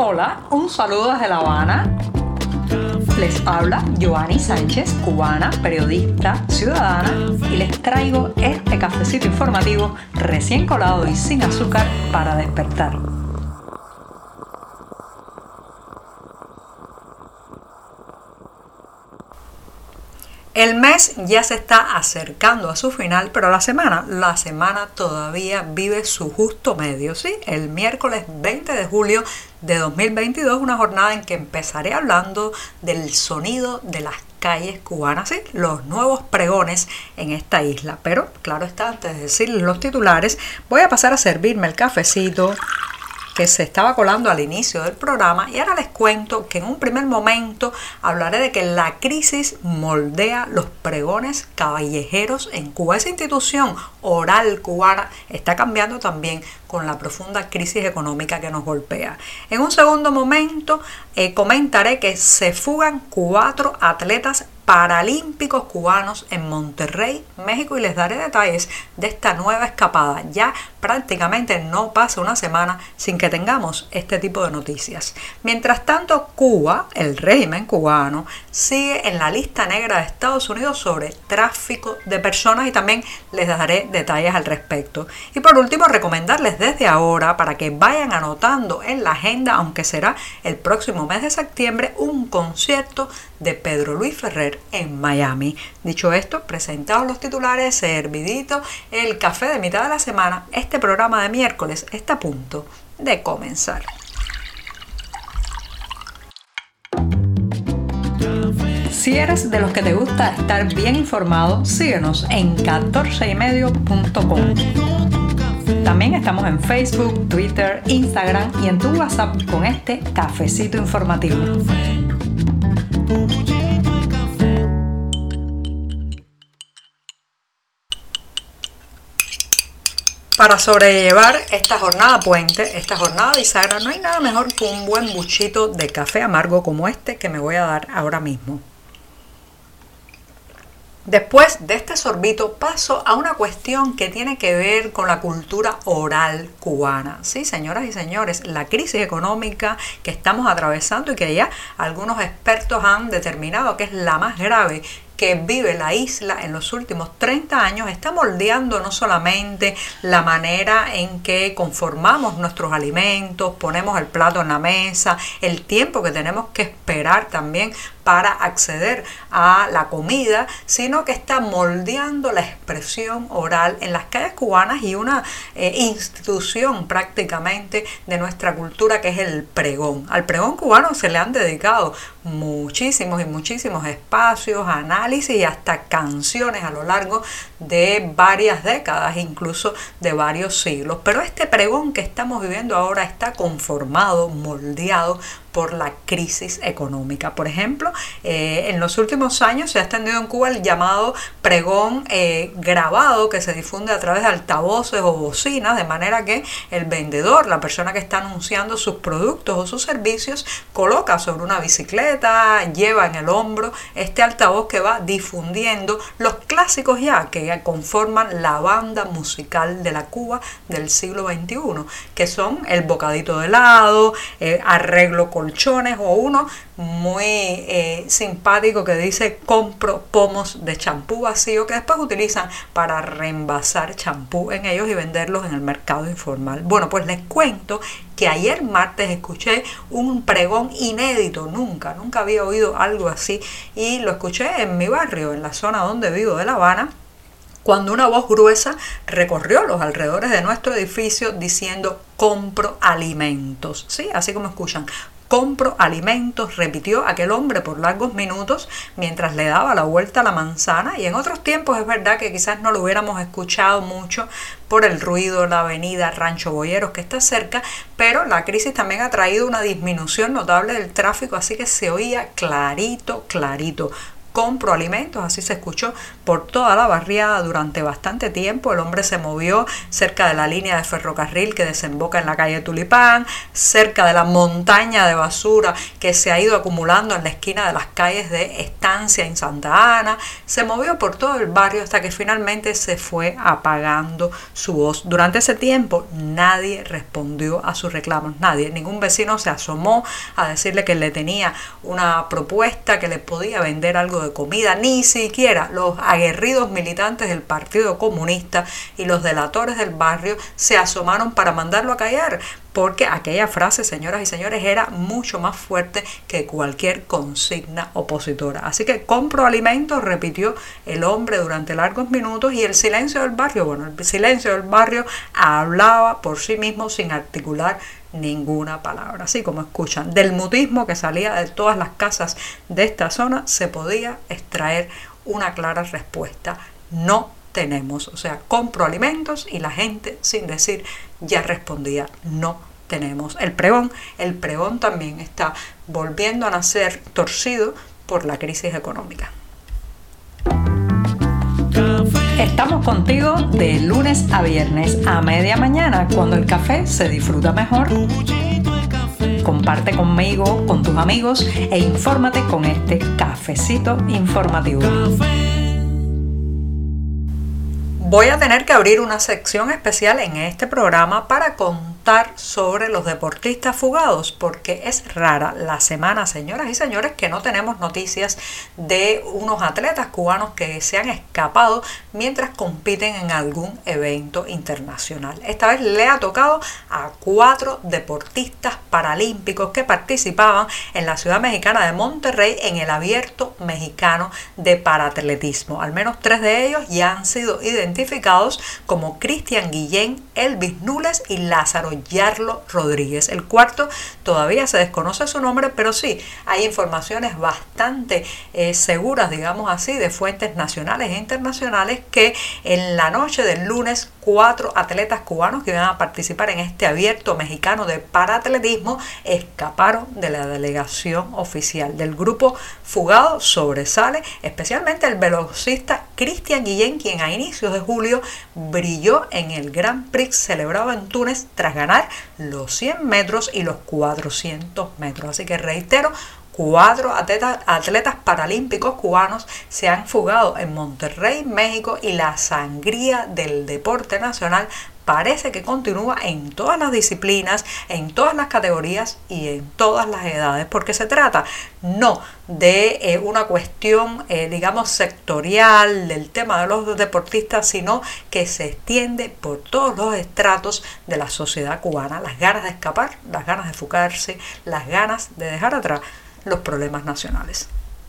Hola, un saludo desde La Habana. Les habla Joanny Sánchez, cubana, periodista, ciudadana, y les traigo este cafecito informativo recién colado y sin azúcar para despertar. El mes ya se está acercando a su final, pero la semana todavía vive su justo medio, ¿sí? El miércoles 20 de julio de 2022, una jornada en que empezaré hablando del sonido de las calles cubanas, ¿sí? Los nuevos pregones en esta isla. Pero, claro está, antes de decirles los titulares, voy a pasar a servirme el cafecito que se estaba colando al inicio del programa, y ahora les cuento que en un primer momento hablaré de que la crisis moldea los pregones callejeros en Cuba. Esa institución oral cubana está cambiando también con la profunda crisis económica que nos golpea. En un segundo momento comentaré que se fugan 4 atletas paralímpicos cubanos en Monterrey, México, y les daré detalles de esta nueva escapada. Ya prácticamente no pasa una semana sin que tengamos este tipo de noticias. Mientras tanto, Cuba, el régimen cubano, sigue en la lista negra de Estados Unidos sobre tráfico de personas, y también les daré detalles al respecto. Y por último, recomendarles desde ahora, para que vayan anotando en la agenda, aunque será el próximo mes de septiembre, un concierto de Pedro Luis Ferrer en Miami. Dicho esto, presentados los titulares, servidito el café de mitad de la semana, este programa de miércoles está a punto de comenzar. Si eres de los que te gusta estar bien informado, síguenos en 14ymedio.com. También estamos en Facebook, Twitter, Instagram y en tu WhatsApp con este cafecito informativo. Para sobrellevar esta jornada puente, esta jornada bisagra, no hay nada mejor que un buen buchito de café amargo como este que me voy a dar ahora mismo. Después de este sorbito paso a una cuestión que tiene que ver con la cultura oral cubana. Sí, señoras y señores, la crisis económica que estamos atravesando y que ya algunos expertos han determinado que es la más grave que vive la isla en los últimos 30 años, está moldeando no solamente la manera en que conformamos nuestros alimentos, ponemos el plato en la mesa, el tiempo que tenemos que esperar también para acceder a la comida, sino que está moldeando la expresión oral en las calles cubanas y una institución prácticamente de nuestra cultura que es el pregón. Al pregón cubano se le han dedicado muchísimos espacios, análisis y hasta canciones a lo largo de varias décadas, incluso de varios siglos. Pero este pregón que estamos viviendo ahora está conformado, moldeado por la crisis económica. Por ejemplo, en los últimos años se ha extendido en Cuba el llamado pregón grabado, que se difunde a través de altavoces o bocinas, de manera que el vendedor, la persona que está anunciando sus productos o sus servicios, coloca sobre una bicicleta, lleva en el hombro este altavoz que va difundiendo los clásicos ya que conforman la banda musical de la Cuba del siglo XXI, que son el bocadito de helado, arreglo colchones, o uno muy simpático que dice compro pomos de champú vacío, que después utilizan para reembasar champú en ellos y venderlos en el mercado informal. Bueno, pues les cuento que ayer martes escuché un pregón inédito, nunca había oído algo así, y lo escuché en mi barrio, en la zona donde vivo de La Habana, cuando una voz gruesa recorrió los alrededores de nuestro edificio diciendo compro alimentos, ¿sí? Así como escuchan, compro alimentos, repitió aquel hombre por largos minutos mientras le daba la vuelta a la manzana, y en otros tiempos es verdad que quizás no lo hubiéramos escuchado mucho por el ruido de la avenida Rancho Boyeros que está cerca, pero la crisis también ha traído una disminución notable del tráfico, así que se oía clarito. Compro alimentos, así se escuchó por toda la barriada durante bastante tiempo. El hombre se movió cerca de la línea de ferrocarril que desemboca en la calle Tulipán, cerca de la montaña de basura que se ha ido acumulando en la esquina de las calles de Estancia en Santa Ana. Se movió por todo el barrio hasta que finalmente se fue apagando su voz. Durante ese tiempo nadie respondió a sus reclamos, nadie, ningún vecino se asomó a decirle que le tenía una propuesta, que le podía vender algo de comida, ni siquiera los aguerridos militantes del Partido Comunista y los delatores del barrio se asomaron para mandarlo a callar, porque aquella frase, señoras y señores, era mucho más fuerte que cualquier consigna opositora. Así que compro alimentos, repitió el hombre durante largos minutos, y el silencio del barrio, bueno, el silencio del barrio hablaba por sí mismo sin articular ninguna palabra. Así como escuchan, del mutismo que salía de todas las casas de esta zona se podía extraer una clara respuesta: no tenemos. O sea, compro alimentos, y la gente, sin decir, ya respondía: no tenemos. El pregón también está volviendo a nacer, torcido por la crisis económica. Estamos contigo de lunes a viernes a media mañana, cuando el café se disfruta mejor. Comparte conmigo, con tus amigos, e infórmate con este cafecito informativo. Voy a tener que abrir una sección especial en este programa para contar sobre los deportistas fugados, porque es rara la semana, señoras y señores, que no tenemos noticias de unos atletas cubanos que se han escapado mientras compiten en algún evento internacional. Esta vez le ha tocado a 4 deportistas paralímpicos que participaban en la ciudad mexicana de Monterrey en el Abierto Mexicano de Paratletismo. Al menos 3 de ellos ya han sido identificados como Cristian Guillén, Elvis Nules y Lázaro Yarlo Rodríguez. El cuarto todavía se desconoce su nombre, pero sí hay informaciones bastante seguras, digamos así, de fuentes nacionales e internacionales, que en la noche del lunes 4 atletas cubanos que iban a participar en este Abierto Mexicano de Paratletismo escaparon de la delegación oficial. Del grupo fugado sobresale especialmente el velocista Cristian Guillén, quien a inicios de julio brilló en el Grand Prix celebrado en Túnez tras ganar los 100 metros y los 400 metros. Así que reitero, 4 atletas paralímpicos cubanos se han fugado en Monterrey, México, y la sangría del deporte nacional parece que continúa en todas las disciplinas, en todas las categorías y en todas las edades, porque se trata no de una cuestión, digamos, sectorial del tema de los deportistas, sino que se extiende por todos los estratos de la sociedad cubana. Las ganas de escapar, las ganas de fugarse, las ganas de dejar atrás los problemas nacionales.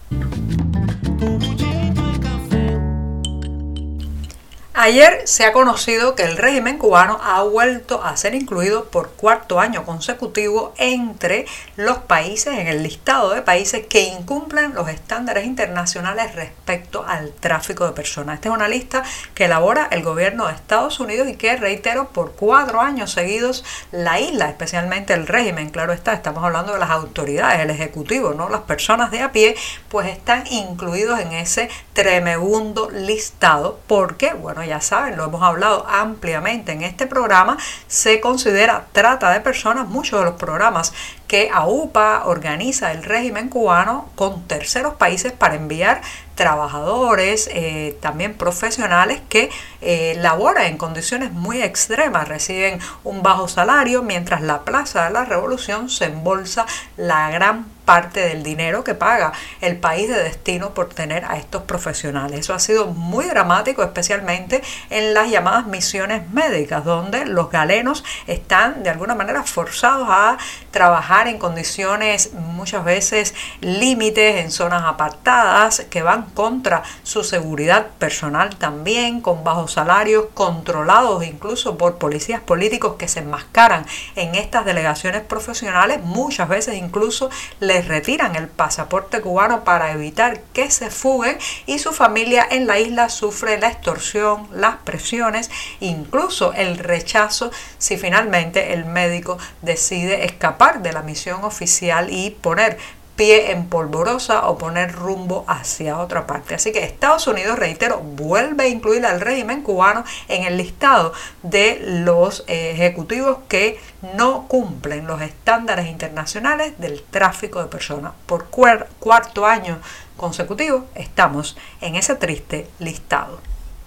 Ayer se ha conocido que el régimen cubano ha vuelto a ser incluido por 4º año consecutivo entre los países, en el listado de países que incumplen los estándares internacionales respecto al tráfico de personas. Esta es una lista que elabora el gobierno de Estados Unidos y que, reitero, por 4 años seguidos la isla, especialmente el régimen, claro está, estamos hablando de las autoridades, el ejecutivo, no las personas de a pie, pues están incluidos en ese tremebundo listado, porque, bueno, ya saben, lo hemos hablado ampliamente en este programa, se considera trata de personas. Muchos de los programas que AUPA organiza el régimen cubano con terceros países para enviar trabajadores, también profesionales que laboran en condiciones muy extremas, reciben un bajo salario, mientras la Plaza de la Revolución se embolsa la gran parte del dinero que paga el país de destino por tener a estos profesionales. Eso ha sido muy dramático, especialmente en las llamadas misiones médicas, donde los galenos están de alguna manera forzados a trabajar en condiciones muchas veces límites, en zonas apartadas, que van contra su seguridad personal también, con bajos salarios, controlados incluso por policías políticos que se enmascaran en estas delegaciones profesionales. Muchas veces incluso les retiran el pasaporte cubano para evitar que se fuguen, y su familia en la isla sufre la extorsión, las presiones, incluso el rechazo si finalmente el médico decide escapar de la misión oficial y poner pie en polvorosa o poner rumbo hacia otra parte. Así que Estados Unidos, reitero, vuelve a incluir al régimen cubano en el listado de los ejecutivos que no cumplen los estándares internacionales del tráfico de personas. Por cuarto año consecutivo estamos en ese triste listado.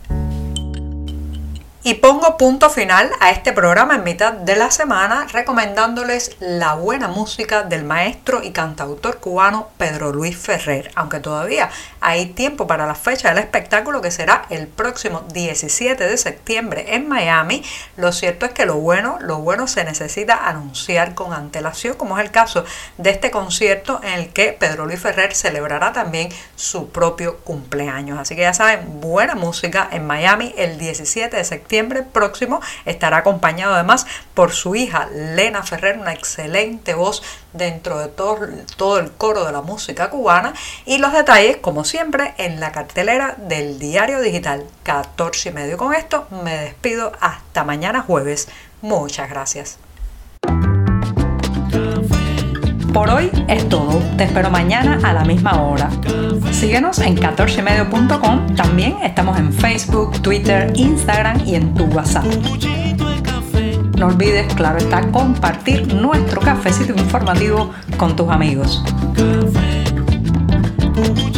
Y pongo punto final a este programa en mitad de la semana recomendándoles la buena música del maestro y cantautor cubano Pedro Luis Ferrer, aunque todavía hay tiempo para la fecha del espectáculo que será el próximo 17 de septiembre en Miami. Lo cierto es que lo bueno se necesita anunciar con antelación, como es el caso de este concierto en el que Pedro Luis Ferrer celebrará también su propio cumpleaños. Así que ya saben, buena música en Miami el 17 de septiembre próximo. Estará acompañado además por su hija Lena Ferrer, una excelente voz dentro de todo el coro de la música cubana. Y los detalles, como siempre, en la cartelera del Diario Digital 14:30. Con esto me despido hasta mañana jueves. Muchas gracias. Por hoy es todo. Te espero mañana a la misma hora. Síguenos en 14medio.com. También estamos en Facebook, Twitter, Instagram y en tu WhatsApp. No olvides, claro está, compartir nuestro cafecito informativo con tus amigos.